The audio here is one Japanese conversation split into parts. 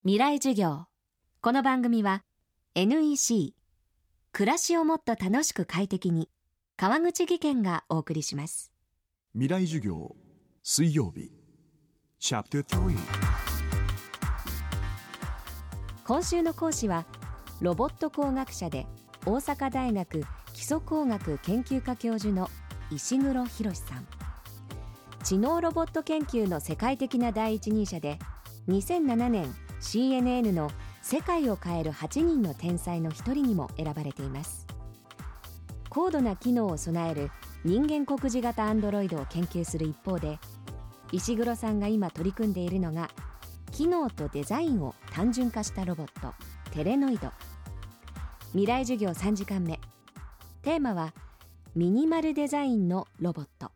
未来授業。この番組は NEC 暮らしをもっと楽しく快適に川口義賢がお送りします。 未来授業水曜日チャプター3。 今週の講師はロボット工学者で大阪大学基礎工学研究科教授の石黒浩さん。知能ロボット研究の世界的な第一人者で2007年CNN の世界を変える8人の天才の一人にも選ばれています。高度な機能を備える人間酷似型アンドロイドを研究する一方で、石黒さんが今取り組んでいるのが機能とデザインを単純化したロボット、テレノイド。未来授業3時間目。テーマはミニマルデザインのロボット。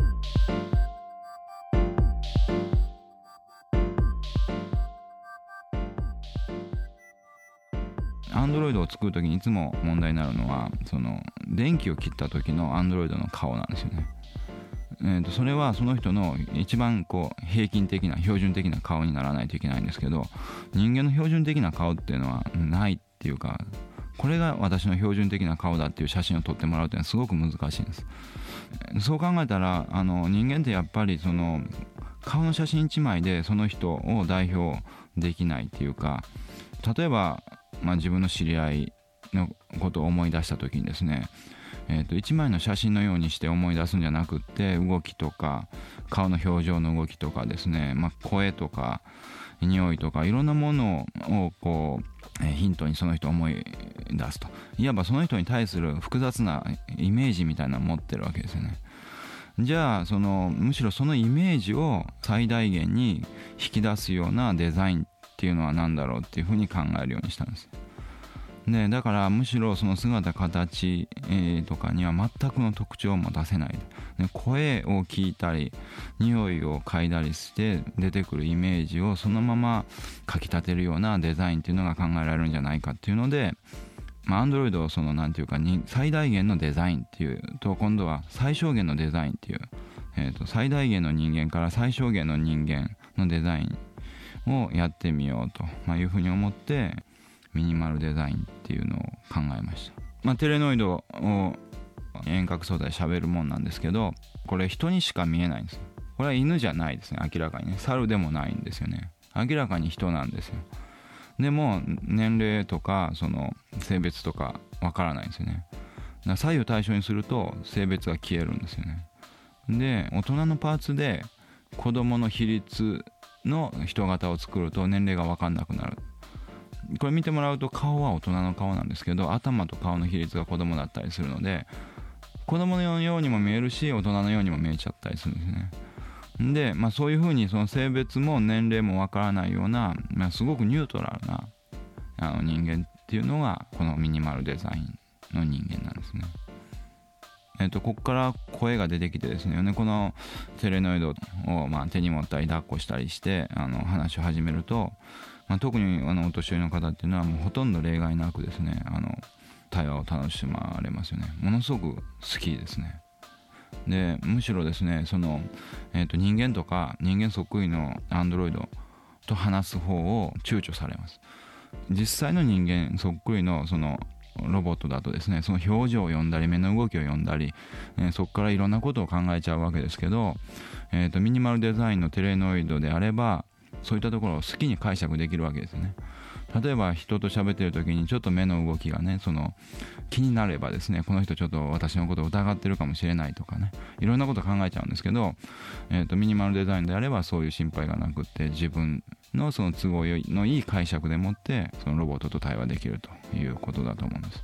アンドロイドを作るときにいつも問題になるのは、その電気を切った時のアンドロイドの顔なんですよね。それはその人の一番平均的な標準的な顔にならないといけないんですけど、人間の標準的な顔っていうのはないっていうか、これが私の標準的な顔だっていう写真を撮ってもらうっていうのはすごく難しいんです。そう考えたら人間ってやっぱりその顔の写真1枚でその人を代表できないっていうか、例えば自分の知り合いのことを思い出した時にですね、1枚の写真のようにして思い出すんじゃなくって、動きとか顔の表情の動きとかですね、声とか匂いとかいろんなものをヒントにその人を思い出すと、いわばその人に対する複雑なイメージみたいなのを持ってるわけですよね。じゃあむしろそのイメージを最大限に引き出すようなデザインっていうのは何だろうっていうふうに考えるようにしたんです。でだからむしろその姿形、とかには全くの特徴も出せない。で声を聞いたり匂いを嗅いだりして出てくるイメージをそのままかき立てるようなデザインっていうのが考えられるんじゃないかっていうので、アンドロイドをなんていうか最大限のデザインっていうと、今度は最小限のデザインっていう、最大限の人間から最小限の人間のデザインをやってみようというふうに思ってミニマルデザインっていうのを考えました。テレノイドを遠隔操作で喋るもんなんですけど、これ人にしか見えないんです。これは犬じゃないですね。明らかにね、猿でもないんですよね。明らかに人なんですよ。でも年齢とか性別とかわからないんですよね。だから左右対称にすると性別が消えるんですよね。で大人のパーツで子供の比率の人型を作ると年齢が分かんなくなる。これ見てもらうと顔は大人の顔なんですけど、頭と顔の比率が子供だったりするので、子供のようにも見えるし大人のようにも見えちゃったりするんですね。で、そういうふうに性別も年齢も分からないような、すごくニュートラルな人間っていうのがこのミニマルデザインの人間なんですね。ここから声が出てきてですね、このテレノイドを手に持ったり抱っこしたりして話を始めると、特にお年寄りの方っていうのはもうほとんど例外なくですね、対話を楽しまれますよね。ものすごく好きですね。でむしろですね、人間とか人間そっくりのアンドロイドと話す方を躊躇されます。実際の人間そっくりのロボットだとですね、その表情を読んだり目の動きを読んだり、そこからいろんなことを考えちゃうわけですけど、ミニマルデザインのテレノイドであればそういったところを好きに解釈できるわけですね。例えば人と喋ってる時にちょっと目の動きがね気になればですね、この人ちょっと私のことを疑ってるかもしれないとかね、いろんなこと考えちゃうんですけど、ミニマルデザインであればそういう心配がなくって、自分の都合のいい解釈でもってそのロボットと対話できるということだと思うんです。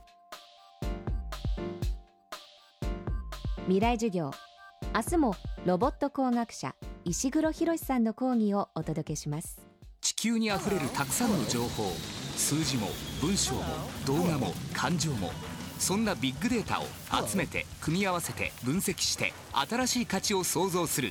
未来授業。明日もロボット工学者石黒浩さんの講義をお届けします。 地球にあふれるたくさんの情報、数字も文章も動画も感情も、そんなビッグデータを集めて組み合わせて分析して新しい価値を創造する、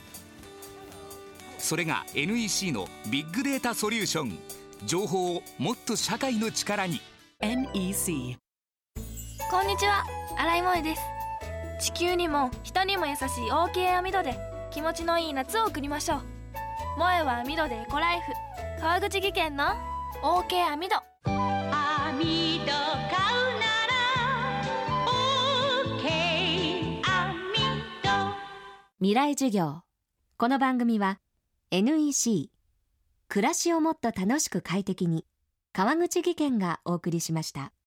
それが NEC のビッグデータソリューション。情報をもっと社会の力に。 NEC。 こんにちは、新井萌です。地球にも人にも優しい OK 網戸で気持ちのいい夏を送りましょう。萌は網戸でエコライフ。 川口技研の OK 網戸。 網戸買うなら OK 網戸。 未来授業。この番組は NEC 暮らしをもっと楽しく快適に川口技研がお送りしました。